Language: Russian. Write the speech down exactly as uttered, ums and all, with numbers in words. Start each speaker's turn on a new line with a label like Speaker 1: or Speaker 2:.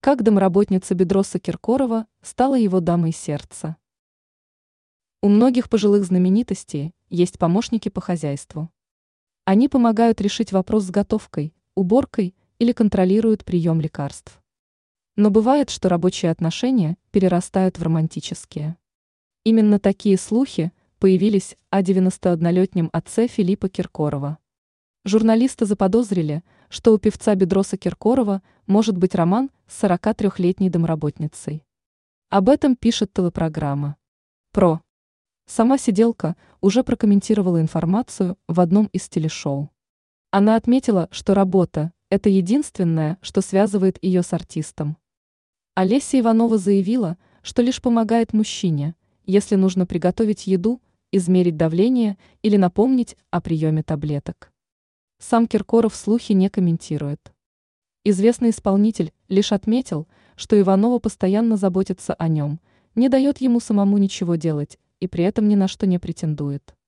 Speaker 1: Как домработница Бедроса Киркорова стала его дамой сердца. У многих пожилых знаменитостей есть помощники по хозяйству. Они помогают решить вопрос с готовкой, уборкой или контролируют прием лекарств. Но бывает, что рабочие отношения перерастают в романтические. Именно такие слухи появились о девяностооднолетнем отце Филиппа Киркорова. Журналисты заподозрили, что у певца Бедроса Киркорова может быть роман с сорокатрёхлетней домработницей. Об этом пишет телепрограмма «Про». Сама сиделка уже прокомментировала информацию в одном из телешоу. Она отметила, что работа – это единственное, что связывает ее с артистом. Олеся Иванова заявила, что лишь помогает мужчине, если нужно приготовить еду, измерить давление или напомнить о приеме таблеток. Сам Киркоров слухи не комментирует. Известный исполнитель лишь отметил, что Иванова постоянно заботится о нем, не дает ему самому ничего делать и при этом ни на что не претендует.